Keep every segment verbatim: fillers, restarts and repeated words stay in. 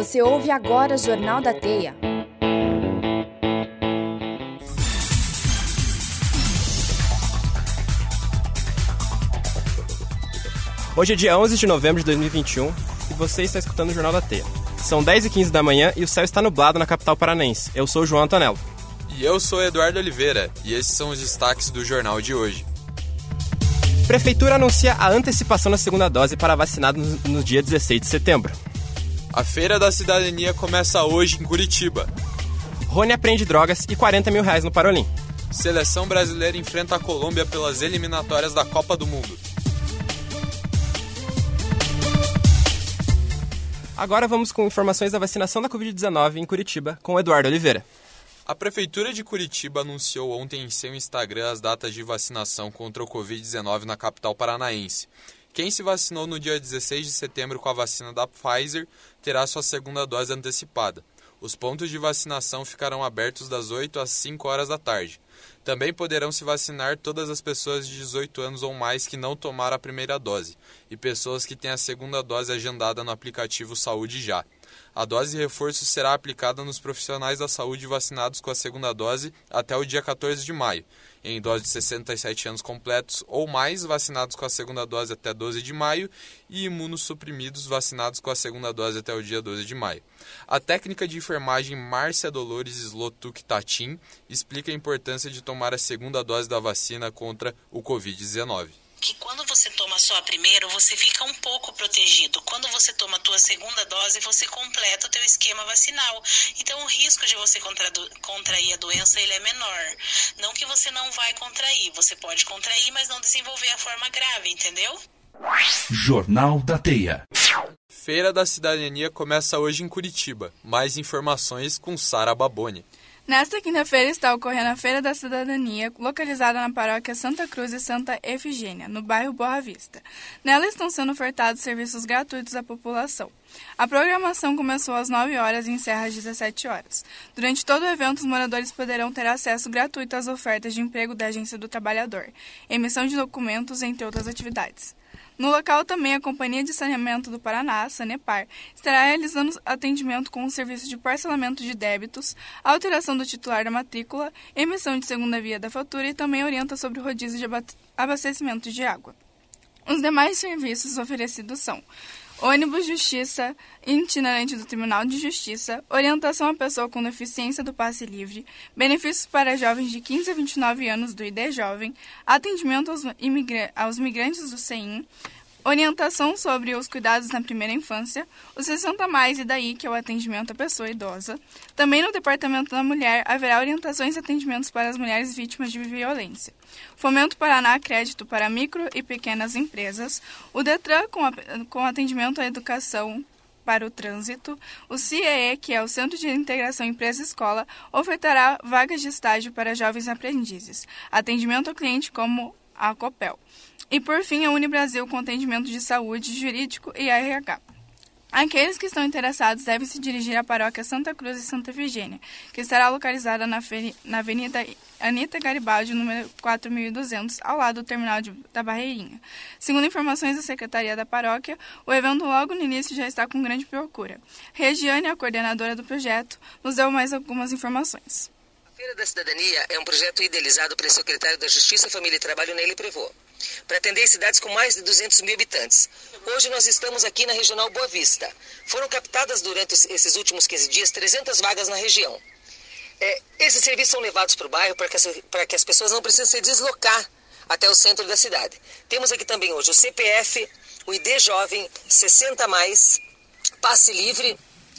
Você ouve agora o Jornal da Teia. Hoje é dia onze de novembro de dois mil e vinte e um e você está escutando o Jornal da Teia. São dez e quinze da manhã e o céu está nublado na capital paranaense. Eu sou o João Antonello. E eu sou o Eduardo Oliveira, e esses são os destaques do jornal de hoje. Prefeitura anuncia a antecipação da segunda dose para vacinados no, no dia dezesseis de setembro. A Feira da Cidadania começa hoje em Curitiba. Rony apreende drogas e quarenta mil reais no Parolim. Seleção brasileira enfrenta a Colômbia pelas eliminatórias da Copa do Mundo. Agora vamos com informações da vacinação da covid dezenove em Curitiba, com o Eduardo Oliveira. A Prefeitura de Curitiba anunciou ontem em seu Instagram as datas de vacinação contra o covid dezenove na capital paranaense. Quem se vacinou no dia dezesseis de setembro com a vacina da Pfizer terá sua segunda dose antecipada. Os pontos de vacinação ficarão abertos das oito às cinco horas da tarde. Também poderão se vacinar todas as pessoas de dezoito anos ou mais que não tomaram a primeira dose e pessoas que têm a segunda dose agendada no aplicativo Saúde Já. A dose de reforço será aplicada nos profissionais da saúde vacinados com a segunda dose até o dia quatorze de maio, em idosos de sessenta e sete anos completos ou mais vacinados com a segunda dose até doze de maio e imunossuprimidos vacinados com a segunda dose até o dia doze de maio. A técnica de enfermagem Márcia Dolores Slotuk Tatim explica a importância de tomar a segunda dose da vacina contra o covid dezenove. Que quando você toma só a primeira, você fica um pouco protegido. Quando você toma a tua segunda dose, você completa o teu esquema vacinal. Então, o risco de você contra, contrair a doença ele é menor. Não que você não vai contrair, você pode contrair, mas não desenvolver a forma grave, entendeu? Jornal da Teia. Feira da Cidadania começa hoje em Curitiba. Mais informações com Sara Baboni. Nesta quinta-feira está ocorrendo a Feira da Cidadania, localizada na paróquia Santa Cruz e Santa Efigênia, no bairro Boa Vista. Nela estão sendo ofertados serviços gratuitos à população. A programação começou às nove horas e encerra às dezessete horas. Durante todo o evento, os moradores poderão ter acesso gratuito às ofertas de emprego da Agência do Trabalhador, emissão de documentos, entre outras atividades. No local também a Companhia de Saneamento do Paraná, Sanepar, estará realizando atendimento com o serviço de parcelamento de débitos, alteração do titular da matrícula, emissão de segunda via da fatura e também orienta sobre o rodízio de abastecimento de água. Os demais serviços oferecidos são ônibus Justiça, itinerante do Tribunal de Justiça, orientação à pessoa com deficiência do passe livre, benefícios para jovens de quinze a vinte e nove anos do I D Jovem, atendimento aos, imigra- aos migrantes do C E I M, orientação sobre os cuidados na primeira infância, o sessenta mais e daí, que é o atendimento à pessoa idosa. Também no Departamento da Mulher haverá orientações e atendimentos para as mulheres vítimas de violência. Fomento Paraná Crédito para micro e pequenas empresas, o Detran com, a, com atendimento à educação para o trânsito, o C I E, que é o Centro de Integração Empresa-Escola, ofertará vagas de estágio para jovens aprendizes, atendimento ao cliente como a Copel. E, por fim, a Unibrasil com atendimento de saúde, jurídico e R H. Aqueles que estão interessados devem se dirigir à paróquia Santa Cruz e Santa Efigênia, que estará localizada na, feri- na Avenida Anita Garibaldi, número quatro mil e duzentos, ao lado do terminal de, da Barreirinha. Segundo informações da Secretaria da Paróquia, o evento logo no início já está com grande procura. Regiane, a coordenadora do projeto, nos deu mais algumas informações. A Feira da Cidadania é um projeto idealizado pelo secretário da Justiça, Família e Trabalho, Nélio Prevô, para atender cidades com mais de duzentos mil habitantes. Hoje nós estamos aqui na Regional Boa Vista. Foram captadas durante esses últimos quinze dias trezentas vagas na região. É, esses serviços são levados para o bairro para que, as, para que as pessoas não precisem se deslocar até o centro da cidade. Temos aqui também hoje o C P F, o I D Jovem, sessenta mais, Passe Livre,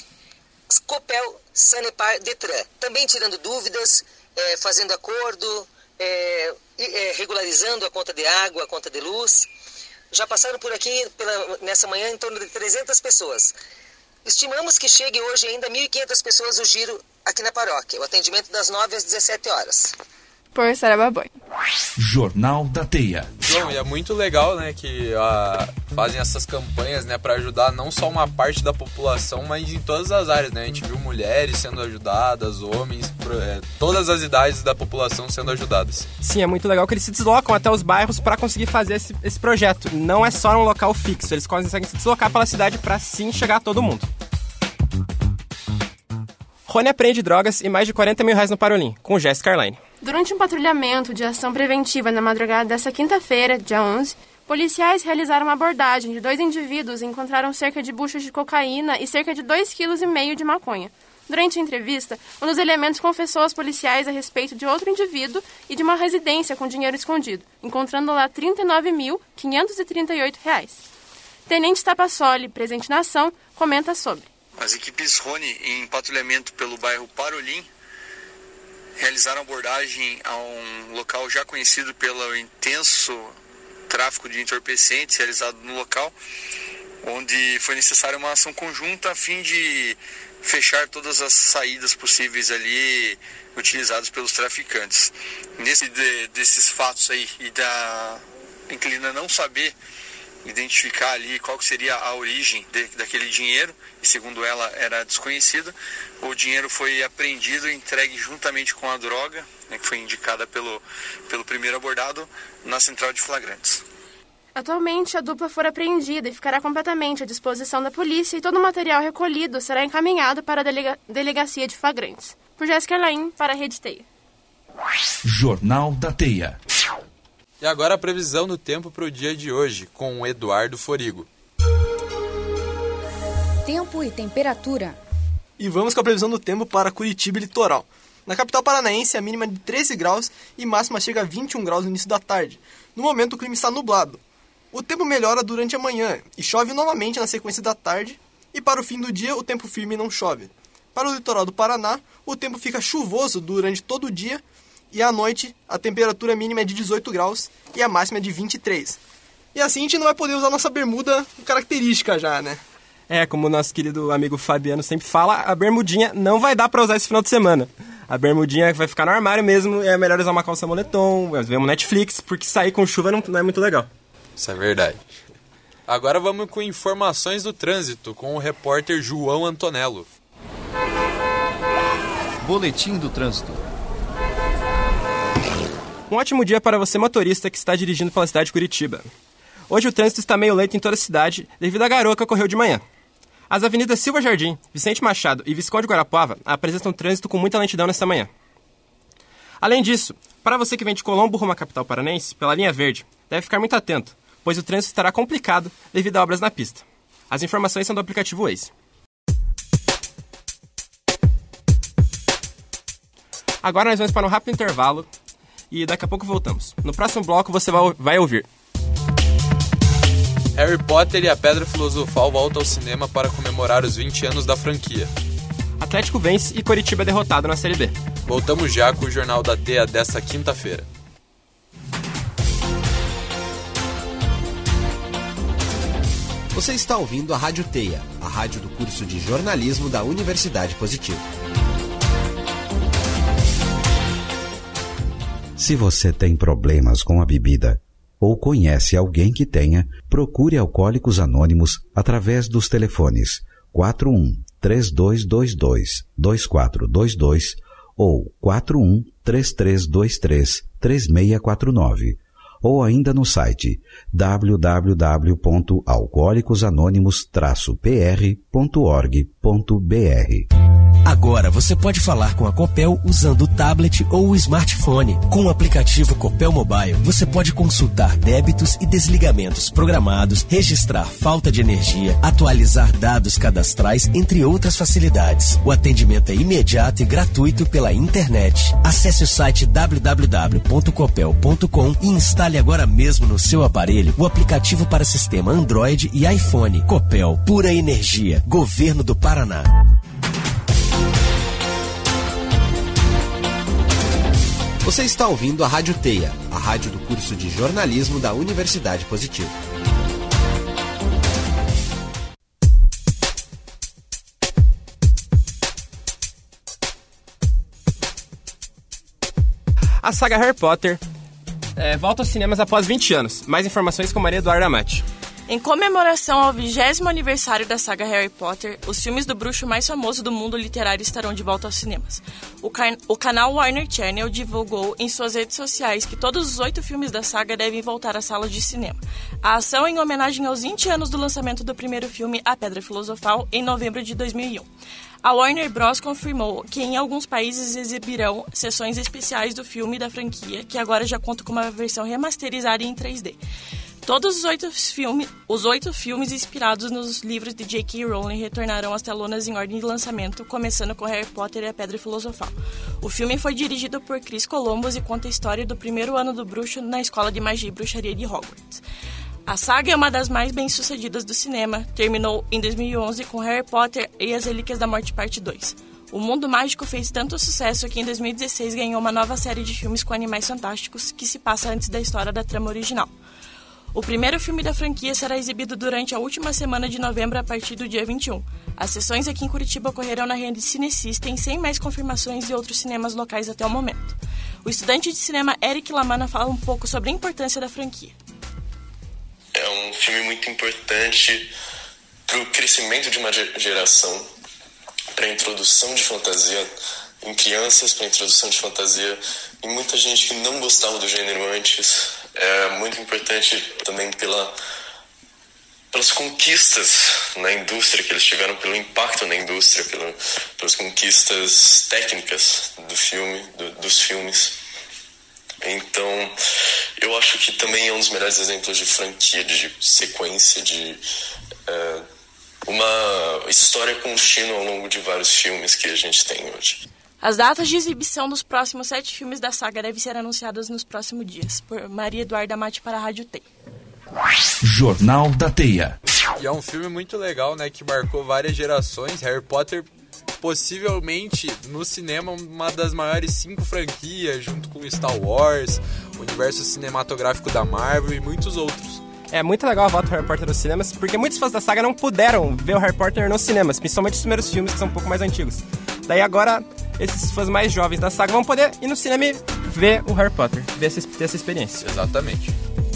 Copel, Sanepar, Detran. Também tirando dúvidas, é, fazendo acordo, é, é, regularizando a conta de água, a conta de luz. Já passaram por aqui pela, nessa manhã em torno de trezentas pessoas. Estimamos que chegue hoje ainda mil e quinhentas pessoas o giro aqui na paróquia, o atendimento das nove às dezessete horas. Por Sara Baboni. Jornal da Teia. João, e é muito legal, né, que ah, fazem essas campanhas, né, para ajudar não só uma parte da população, mas em todas as áreas, né? A gente viu mulheres sendo ajudadas, homens, é, todas as idades da população sendo ajudadas. Sim, é muito legal que eles se deslocam até os bairros para conseguir fazer esse, esse projeto. Não é só um local fixo, eles conseguem se deslocar pela cidade para sim chegar a todo mundo. Rony apreende drogas e mais de quarenta mil reais no Parolim, com Jéssica Arline. Durante um patrulhamento de ação preventiva na madrugada desta quinta-feira, dia onze, policiais realizaram uma abordagem de dois indivíduos e encontraram cerca de buchas de cocaína e cerca de dois vírgula cinco quilos de maconha. Durante a entrevista, um dos elementos confessou aos policiais a respeito de outro indivíduo e de uma residência com dinheiro escondido, encontrando lá trinta e nove mil, quinhentos e trinta e oito reais. Tenente Tapassoli, presente na ação, comenta sobre. As equipes Rony, em patrulhamento pelo bairro Parolim, realizaram abordagem a um local já conhecido pelo intenso tráfico de entorpecentes realizado no local, onde foi necessária uma ação conjunta a fim de fechar todas as saídas possíveis ali utilizadas pelos traficantes. Nesse de, desses fatos aí e da inquilina não saber identificar ali qual seria a origem de, daquele dinheiro, e segundo ela era desconhecida, o dinheiro foi apreendido e entregue juntamente com a droga, né, que foi indicada pelo, pelo primeiro abordado, na central de flagrantes. Atualmente, a dupla foi apreendida e ficará completamente à disposição da polícia e todo o material recolhido será encaminhado para a delega- delegacia de flagrantes. Por Jéssica Arline, para a Rede Teia. Jornal da Teia. E agora a previsão do tempo para o dia de hoje, com o Eduardo Forigo. Tempo e temperatura. E vamos com a previsão do tempo para Curitiba e litoral. Na capital paranaense, a mínima é de treze graus e máxima chega a vinte e um graus no início da tarde. No momento, o clima está nublado. O tempo melhora durante a manhã e chove novamente na sequência da tarde, e para o fim do dia o tempo firme não chove. Para o litoral do Paraná, o tempo fica chuvoso durante todo o dia e à noite a temperatura mínima é de dezoito graus e a máxima é de vinte e três. E assim a gente não vai poder usar nossa bermuda característica já, né? É, como o nosso querido amigo Fabiano sempre fala, a bermudinha não vai dar pra usar esse final de semana. A bermudinha vai ficar no armário mesmo, é melhor usar uma calça moletom, ver um Netflix, porque sair com chuva não, não é muito legal. Isso é verdade. Agora vamos com informações do trânsito, com o repórter João Antonello. Boletim do trânsito. Um ótimo dia para você motorista que está dirigindo pela cidade de Curitiba. Hoje o trânsito está meio lento em toda a cidade devido à garoa que ocorreu de manhã. As avenidas Silva Jardim, Vicente Machado e Visconde Guarapuava apresentam trânsito com muita lentidão nesta manhã. Além disso, para você que vem de Colombo rumo à capital paranense, pela linha verde, deve ficar muito atento, pois o trânsito estará complicado devido a obras na pista. As informações são do aplicativo Waze. Agora nós vamos para um rápido intervalo e daqui a pouco voltamos. No próximo bloco você vai ouvir Harry Potter e a Pedra Filosofal voltam ao cinema para comemorar os vinte anos da franquia. Atlético vence e Coritiba é derrotado na Série B. Voltamos já com o Jornal da Teia desta quinta-feira. Você está ouvindo a Rádio Teia, a rádio do curso de jornalismo da Universidade Positivo. Se você tem problemas com a bebida ou conhece alguém que tenha, procure Alcoólicos Anônimos através dos telefones quatro um três dois dois dois dois quatro dois dois ou quatro um três três dois três três seis quatro nove, ou ainda no site w w w ponto alcoólicos anônimos traço p r ponto org ponto b r. Agora você pode falar com a Copel usando o tablet ou o smartphone. Com o aplicativo Copel Mobile, você pode consultar débitos e desligamentos programados, registrar falta de energia, atualizar dados cadastrais, entre outras facilidades. O atendimento é imediato e gratuito pela internet. Acesse o site w w w ponto copel ponto com e instale agora mesmo no seu aparelho o aplicativo para sistema Android e iPhone. Copel, pura energia. Governo do Paraná. Você está ouvindo a Rádio Teia, a rádio do curso de jornalismo da Universidade Positivo. A saga Harry Potter é, volta aos cinemas após vinte anos. Mais informações com Maria Eduarda Amati. Em comemoração ao vigésimo aniversário da saga Harry Potter, os filmes do bruxo mais famoso do mundo literário estarão de volta aos cinemas. O, can- o canal Warner Channel divulgou em suas redes sociais que todos os oito filmes da saga devem voltar às salas de cinema. A ação é em homenagem aos vinte anos do lançamento do primeiro filme, A Pedra Filosofal, em novembro de dois mil e um. A Warner Bros. Confirmou que em alguns países exibirão sessões especiais do filme da franquia, que agora já conta com uma versão remasterizada em três D. Todos os oito, filme, os oito filmes inspirados nos livros de J K. Rowling retornarão às telonas em ordem de lançamento, começando com Harry Potter e a Pedra Filosofal. O filme foi dirigido por Chris Columbus e conta a história do primeiro ano do bruxo na Escola de Magia e Bruxaria de Hogwarts. A saga é uma das mais bem-sucedidas do cinema, terminou em dois mil e onze com Harry Potter e as Relíquias da Morte Parte dois. O mundo mágico fez tanto sucesso que em dois mil e dezesseis ganhou uma nova série de filmes com animais fantásticos que se passa antes da história da trama original. O primeiro filme da franquia será exibido durante a última semana de novembro a partir do dia vinte e um. As sessões aqui em Curitiba ocorrerão na rede Cinecista, sem mais confirmações de outros cinemas locais até o momento. O estudante de cinema Eric Lamana fala um pouco sobre a importância da franquia. É um filme muito importante para o crescimento de uma geração, para a introdução de fantasia em crianças, para a introdução de fantasia em muita gente que não gostava do gênero antes. É muito importante também pela, pelas conquistas na indústria que eles tiveram, pelo impacto na indústria, pela, pelas conquistas técnicas do filme, do, dos filmes. Então, eu acho que também é um dos melhores exemplos de franquia, de sequência, de uh, uma história contínua ao longo de vários filmes que a gente tem hoje. As datas de exibição dos próximos sete filmes da saga devem ser anunciadas nos próximos dias. Por Maria Eduarda Mate para a Rádio T. Jornal da Teia. E é um filme muito legal, né, que marcou várias gerações. Harry Potter, possivelmente, no cinema, uma das maiores cinco franquias, junto com Star Wars, o universo cinematográfico da Marvel e muitos outros. É muito legal a volta do Harry Potter nos cinemas, porque muitos fãs da saga não puderam ver o Harry Potter nos cinemas, principalmente os primeiros filmes, que são um pouco mais antigos. Daí agora, esses fãs mais jovens da saga vão poder ir no cinema e ver o Harry Potter, ver essa, ter essa experiência. Exatamente.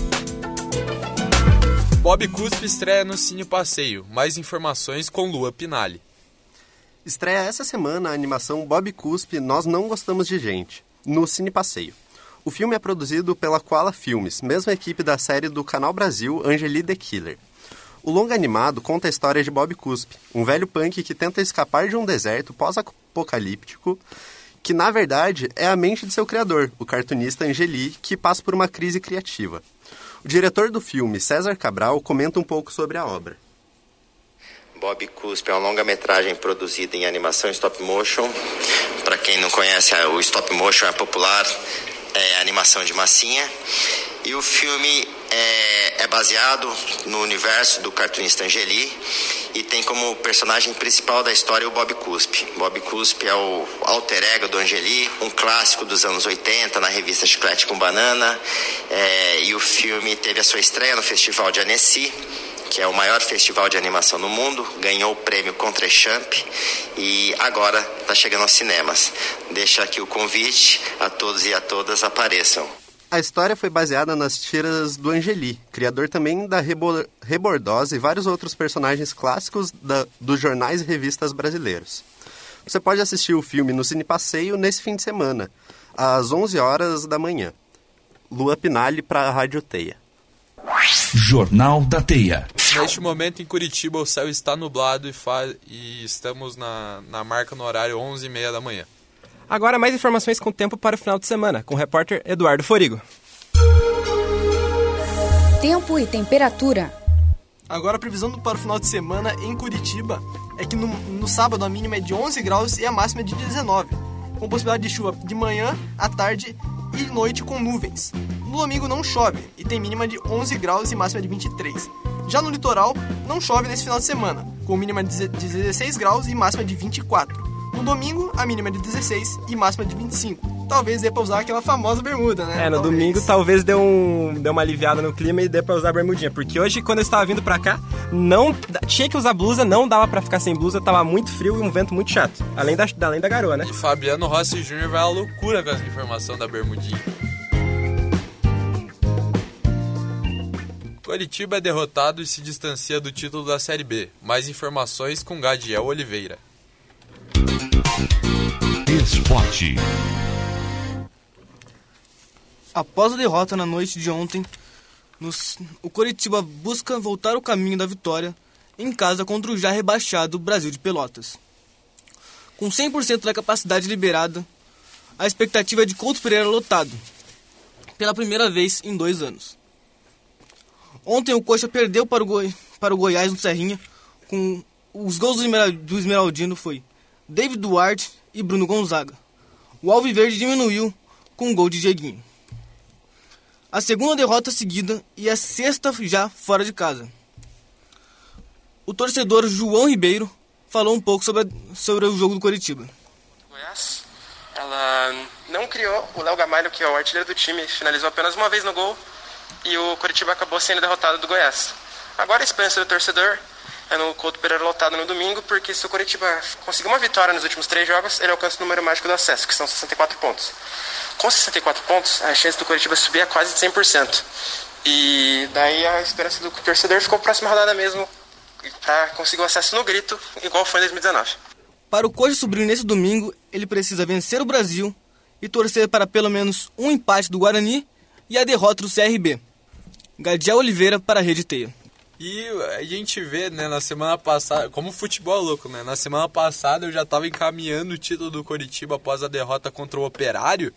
Bob Cuspe estreia no Cine Passeio. Mais informações com Lua Pinali. Estreia essa semana a animação Bob Cuspe, Nós Não Gostamos de Gente, no Cine Passeio. O filme é produzido pela Koala Filmes, mesma equipe da série do Canal Brasil, Angeli the Killer. O longa animado conta a história de Bob Cuspe, um velho punk que tenta escapar de um deserto pós-apocalíptico, que na verdade é a mente de seu criador, o cartunista Angeli, que passa por uma crise criativa. O diretor do filme, César Cabral, comenta um pouco sobre a obra. Bob Cuspe é uma longa-metragem produzida em animação stop motion. Para quem não conhece, o stop motion é popular, é animação de massinha. E o filme é, é baseado no universo do cartunista Angeli e tem como personagem principal da história o Bob Cuspe. Bob Cuspe é o alter ego do Angeli, um clássico dos anos oitenta na revista Chiclete com Banana. É, e o filme teve a sua estreia no Festival de Annecy, que é o maior festival de animação no mundo, ganhou o prêmio Contrechamp e agora está chegando aos cinemas. Deixa aqui o convite a todos e a todas apareçam. A história foi baseada nas tiras do Angeli, criador também da Rebor- Rebordosa e vários outros personagens clássicos da, dos jornais e revistas brasileiros. Você pode assistir o filme no Cine Passeio nesse fim de semana, às onze horas da manhã. Lua Pinali para a Rádio Teia. Jornal da Teia. Neste momento em Curitiba o céu está nublado e, fa... e estamos na, na marca no horário onze e meia da manhã. Agora mais informações com o tempo para o final de semana, com o repórter Eduardo Forigo. Tempo e temperatura. Agora a previsão para o final de semana em Curitiba é que no, no sábado a mínima é de onze graus e a máxima é de dezenove, com possibilidade de chuva de manhã, à tarde e noite com nuvens. No domingo não chove e tem mínima de onze graus e máxima de vinte e três. Já no litoral não chove nesse final de semana, com mínima de dezesseis graus e máxima de vinte e quatro. No domingo, a mínima é de dezesseis e máxima de vinte e cinco. Talvez dê pra usar aquela famosa bermuda, né? É, no talvez. domingo talvez dê, um, dê uma aliviada no clima e dê pra usar a bermudinha. Porque hoje, quando eu estava vindo pra cá, não tinha que usar blusa, não dava pra ficar sem blusa, tava muito frio e um vento muito chato. Além da, além da garoa, né? E Fabiano Rossi Júnior vai à loucura com essa informação da bermudinha. Coritiba é derrotado e se distancia do título da Série B. Mais informações com Gadiel Oliveira. Esporte. Após a derrota na noite de ontem, nos, o Coritiba busca voltar ao caminho da vitória em casa contra o já rebaixado Brasil de Pelotas. Com cem por cento da capacidade liberada, a expectativa é de Couto Pereira lotado, pela primeira vez em dois anos. Ontem o Coxa perdeu para o, Goi- para o Goiás no Serrinha, com os gols do, Esmeral- do Esmeraldino foi David Duarte e Bruno Gonzaga. O Alviverde diminuiu com um gol de Dieguinho. A segunda derrota seguida e a sexta já fora de casa. O torcedor João Ribeiro falou um pouco sobre, a, sobre o jogo do Coritiba. Goiás, ela não criou, o Léo Gamalho, que é o artilheiro do time, finalizou apenas uma vez no gol e o Coritiba acabou sendo derrotado do Goiás. Agora a esperança do torcedor é no Couto Pereira lotado no domingo, porque se o Coritiba conseguir uma vitória nos últimos três jogos, ele alcança o número mágico do acesso, que são sessenta e quatro pontos. Com sessenta e quatro pontos, a chance do Coritiba subir é quase de cem por cento. E daí a esperança do torcedor ficou para a próxima rodada mesmo, para conseguir o acesso no grito, igual foi em dois mil e dezenove. Para o Coxa subir nesse domingo, ele precisa vencer o Brasil e torcer para pelo menos um empate do Guarani e a derrota do C R B. Gadiel Oliveira para a Rede Teia. E a gente vê, né, na semana passada, como o futebol é louco, né? Na semana passada eu já estava encaminhando o título do Coritiba após a derrota contra o Operário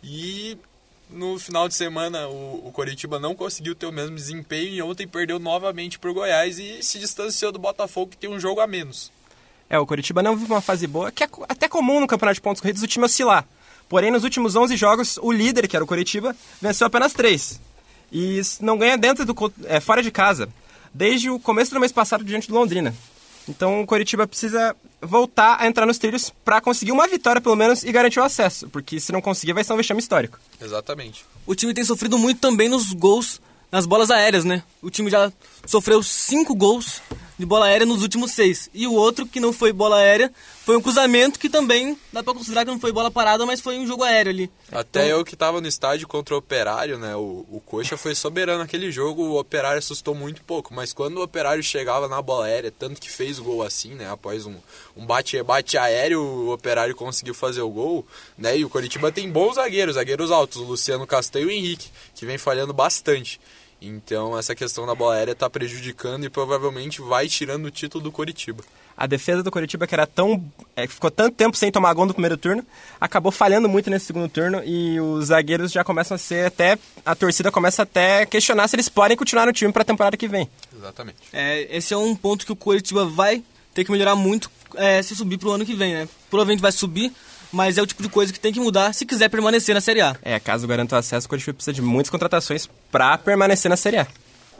e no final de semana o, o Coritiba não conseguiu ter o mesmo desempenho e ontem perdeu novamente para o Goiás e se distanciou do Botafogo, que tem um jogo a menos. É, o Coritiba não vive uma fase boa, que é até comum no campeonato de pontos corridos o time oscilar. Porém, nos últimos onze jogos, o líder, que era o Coritiba, venceu apenas três. E não ganha dentro do, é, fora de casa, desde o começo do mês passado diante do Londrina. Então o Coritiba precisa voltar a entrar nos trilhos para conseguir uma vitória pelo menos e garantir o acesso, porque se não conseguir vai ser um vexame histórico. Exatamente. O time tem sofrido muito também nos gols, nas bolas aéreas, né? O time já sofreu cinco gols de bola aérea nos últimos seis. E o outro, que não foi bola aérea, foi um cruzamento que também dá pra considerar que não foi bola parada, mas foi um jogo aéreo ali. Até então, eu que tava no estádio contra o Operário, né? O, o Coxa foi soberano naquele jogo, o Operário assustou muito pouco. Mas quando o Operário chegava na bola aérea, tanto que fez o gol assim, né? Após um, um bate-bate aéreo, o Operário conseguiu fazer o gol, né? E o Coritiba tem bons zagueiros, zagueiros altos, o Luciano Castanho e o Henrique, que vem falhando bastante. Então essa questão da bola aérea está prejudicando e provavelmente vai tirando o título do Coritiba. A defesa do Coritiba, que era tão, é, ficou tanto tempo sem tomar gol no primeiro turno, acabou falhando muito nesse segundo turno e os zagueiros já começam a ser até, a torcida começa até a questionar se eles podem continuar no time para a temporada que vem. Exatamente. É, esse é um ponto que o Coritiba vai ter que melhorar muito é, se subir para o ano que vem, né? Provavelmente vai subir, mas é o tipo de coisa que tem que mudar se quiser permanecer na Série A. É, caso garanta o acesso, o Coritiba precisa de muitas contratações para permanecer na Série A.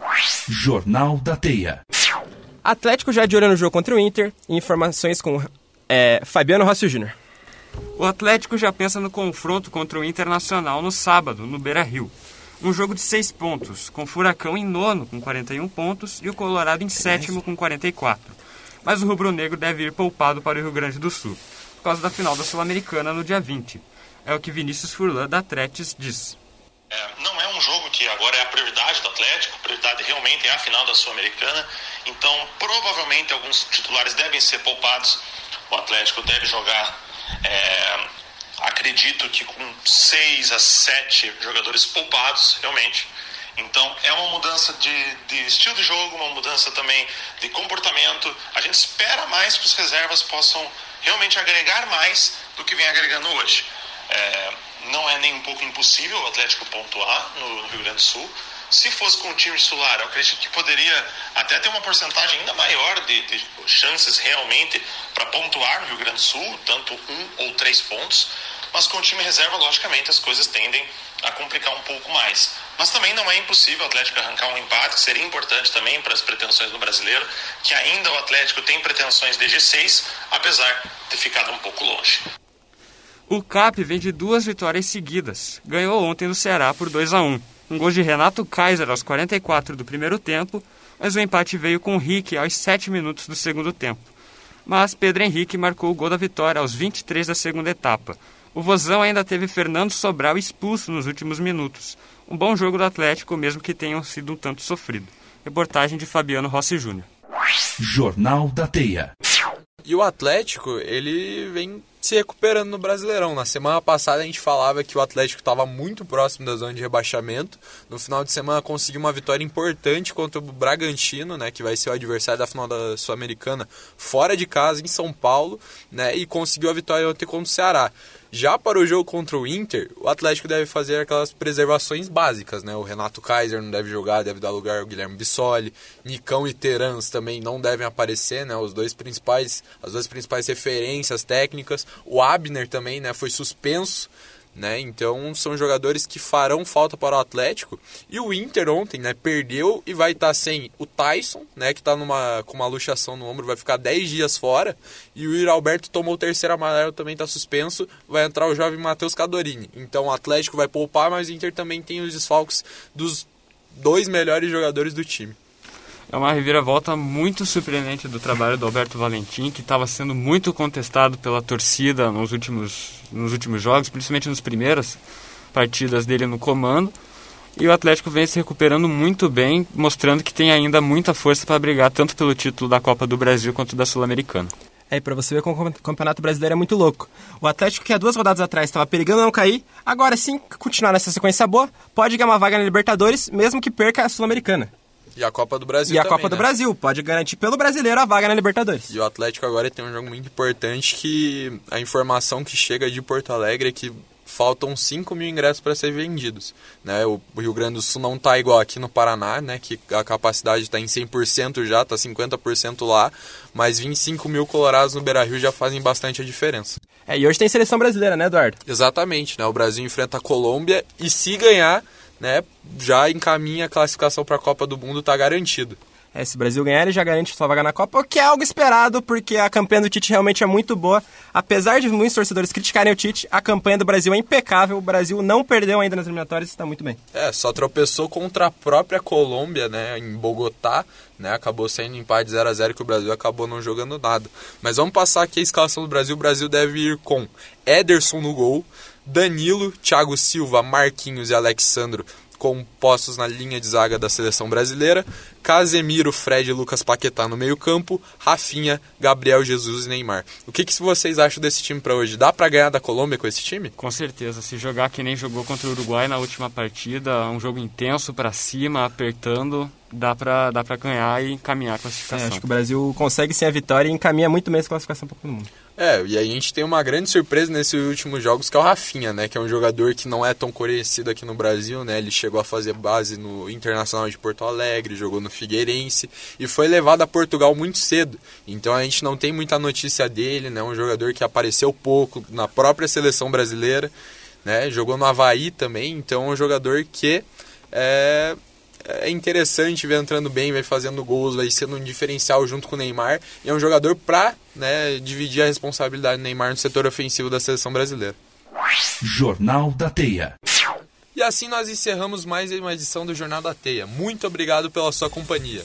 Jornal da Teia. Atlético já de olho no jogo contra o Inter, e informações com é, Fabiano Rossi Júnior. O Atlético já pensa no confronto contra o Internacional no sábado, no Beira-Rio. Um jogo de seis pontos, com o Furacão em nono com quarenta e um pontos e o Colorado em sétimo com quarenta e quatro. Mas o rubro-negro deve ir poupado para o Rio Grande do Sul, por causa da final da Sul-Americana no dia vinte. É o que Vinícius Furlan da Atletis diz. É, não é um jogo que agora é a prioridade do Atlético, a prioridade realmente é a final da Sul-Americana, então provavelmente alguns titulares devem ser poupados, o Atlético deve jogar, é, acredito que com seis a sete jogadores poupados, realmente. Então é uma mudança de, de estilo de jogo, uma mudança também de comportamento. A gente espera mais que os reservas possam realmente agregar mais do que vem agregando hoje. É, não é nem um pouco impossível o Atlético pontuar no, no Rio Grande do Sul. Se fosse com o time titular, eu acredito que poderia até ter uma porcentagem ainda maior de, de chances realmente para pontuar no Rio Grande do Sul, tanto um ou três pontos. Mas com o time reserva, logicamente, as coisas tendem a complicar um pouco mais. Mas também não é impossível o Atlético arrancar um empate, que seria importante também para as pretensões do brasileiro, que ainda o Atlético tem pretensões de G seis, apesar de ter ficado um pouco longe. O C A P vem de duas vitórias seguidas. Ganhou ontem no Ceará por dois a um. Um gol de Renato Kaiser aos quarenta e quatro do primeiro tempo, mas o empate veio com o Rick aos sete minutos do segundo tempo. Mas Pedro Henrique marcou o gol da vitória aos vinte e três da segunda etapa. O Vozão ainda teve Fernando Sobral expulso nos últimos minutos. Um bom jogo do Atlético, mesmo que tenham sido um tanto sofrido. Reportagem de Fabiano Rossi Júnior. Jornal da Teia. E o Atlético, ele vem se recuperando no Brasileirão. Na semana passada a gente falava que o Atlético estava muito próximo da zona de rebaixamento. No final de semana conseguiu uma vitória importante contra o Bragantino, né, que vai ser o adversário da final da Sul-Americana, fora de casa, em São Paulo, né, e conseguiu a vitória ontem contra o Ceará. Já para o jogo contra o Inter, o Atlético deve fazer aquelas preservações básicas, né? O Renato Kaiser não deve jogar, deve dar lugar ao Guilherme Bissoli. Nicão e Terans também não devem aparecer, né? Os dois principais, as duas principais referências técnicas. O Abner também, né, foi suspenso, né? Então são jogadores que farão falta para o Atlético. E o Inter ontem, né, perdeu e vai estar sem o Tyson, né, que está numa, com uma luxação no ombro, vai ficar dez dias fora. E o Yuri Alberto tomou o terceiro amarelo, também está suspenso. Vai entrar o jovem Matheus Cadorini. Então o Atlético vai poupar, mas o Inter também tem os desfalques dos dois melhores jogadores do time. É uma reviravolta muito surpreendente do trabalho do Alberto Valentim, que estava sendo muito contestado pela torcida nos últimos, nos últimos jogos, principalmente nas primeiras partidas dele no comando. E o Atlético vem se recuperando muito bem, mostrando que tem ainda muita força para brigar tanto pelo título da Copa do Brasil quanto da Sul-Americana. É, e pra você ver como o Campeonato Brasileiro é muito louco. O Atlético, que há duas rodadas atrás estava perigando não cair, agora sim, continuar nessa sequência boa, pode ganhar uma vaga na Libertadores, mesmo que perca a Sul-Americana. E a Copa do Brasil E a também, Copa do né? Brasil, pode garantir pelo brasileiro a vaga na Libertadores. E o Atlético agora tem um jogo muito importante, que a informação que chega de Porto Alegre é que faltam cinco mil ingressos para ser vendidos, né? O Rio Grande do Sul não está igual aqui no Paraná, né? Que a capacidade está em cem por cento já, está cinquenta por cento lá, mas vinte e cinco mil colorados no Beira-Rio já fazem bastante a diferença. É, e hoje tem seleção brasileira, né, Eduardo? Exatamente, né? O Brasil enfrenta a Colômbia e se ganhar, né, já encaminha a classificação para a Copa do Mundo, está garantido. É, se o Brasil ganhar, ele já garante sua vaga na Copa, o que é algo esperado, porque a campanha do Tite realmente é muito boa. Apesar de muitos torcedores criticarem o Tite, a campanha do Brasil é impecável, o Brasil não perdeu ainda nas eliminatórias e está muito bem. É, só tropeçou contra a própria Colômbia, né, em Bogotá, né, acabou saindo empate zero a zero, que o Brasil acabou não jogando nada. Mas vamos passar aqui a escalação do Brasil. O Brasil deve ir com Ederson no gol, Danilo, Thiago Silva, Marquinhos e Alexandro compostos na linha de zaga da seleção brasileira, Casemiro, Fred e Lucas Paquetá no meio campo, Rafinha, Gabriel Jesus e Neymar. O que, que vocês acham desse time para hoje? Dá para ganhar da Colômbia com esse time? Com certeza, se jogar que nem jogou contra o Uruguai na última partida, um jogo intenso para cima, apertando, dá para dá pra ganhar e encaminhar a classificação. É, acho que o Brasil consegue sim a vitória e encaminha muito bem essa classificação para todo mundo. É, e aí a gente tem uma grande surpresa nesses últimos jogos, que é o Rafinha, né? Que é um jogador que não é tão conhecido aqui no Brasil, né? Ele chegou a fazer base no Internacional de Porto Alegre, jogou no Figueirense e foi levado a Portugal muito cedo. Então a gente não tem muita notícia dele, né? Um jogador que apareceu pouco na própria seleção brasileira, né? Jogou no Avaí também, então é um jogador que é... é interessante ver entrando bem, vai fazendo gols, vai sendo um diferencial junto com o Neymar. E é um jogador para, né, dividir a responsabilidade do Neymar no setor ofensivo da seleção brasileira. Jornal da Teia. E assim nós encerramos mais uma edição do Jornal da Teia. Muito obrigado pela sua companhia.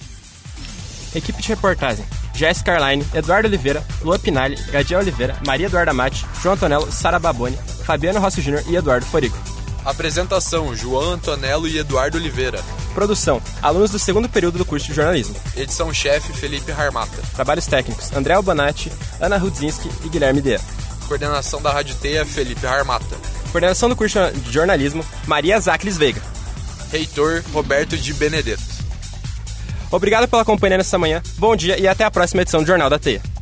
Equipe de reportagem: Jéssica Arline, Eduardo Oliveira, Lua Pinali, Gadiel Oliveira, Maria Eduarda Mate, João Antonello, Sara Baboni, Fabiano Rossi Júnior e Eduardo Forigo. Apresentação: João Antonello e Eduardo Oliveira. Produção: alunos do segundo período do curso de jornalismo. Edição-chefe: Felipe Harmata. Trabalhos técnicos: André Albanati, Ana Rudzinski e Guilherme Dea. Coordenação da Rádio Teia: Felipe Harmata. Coordenação do curso de jornalismo: Maria Zaclis Veiga. Reitor: Roberto de Benedetto. Obrigado pela companhia nessa manhã, bom dia e até a próxima edição do Jornal da Teia.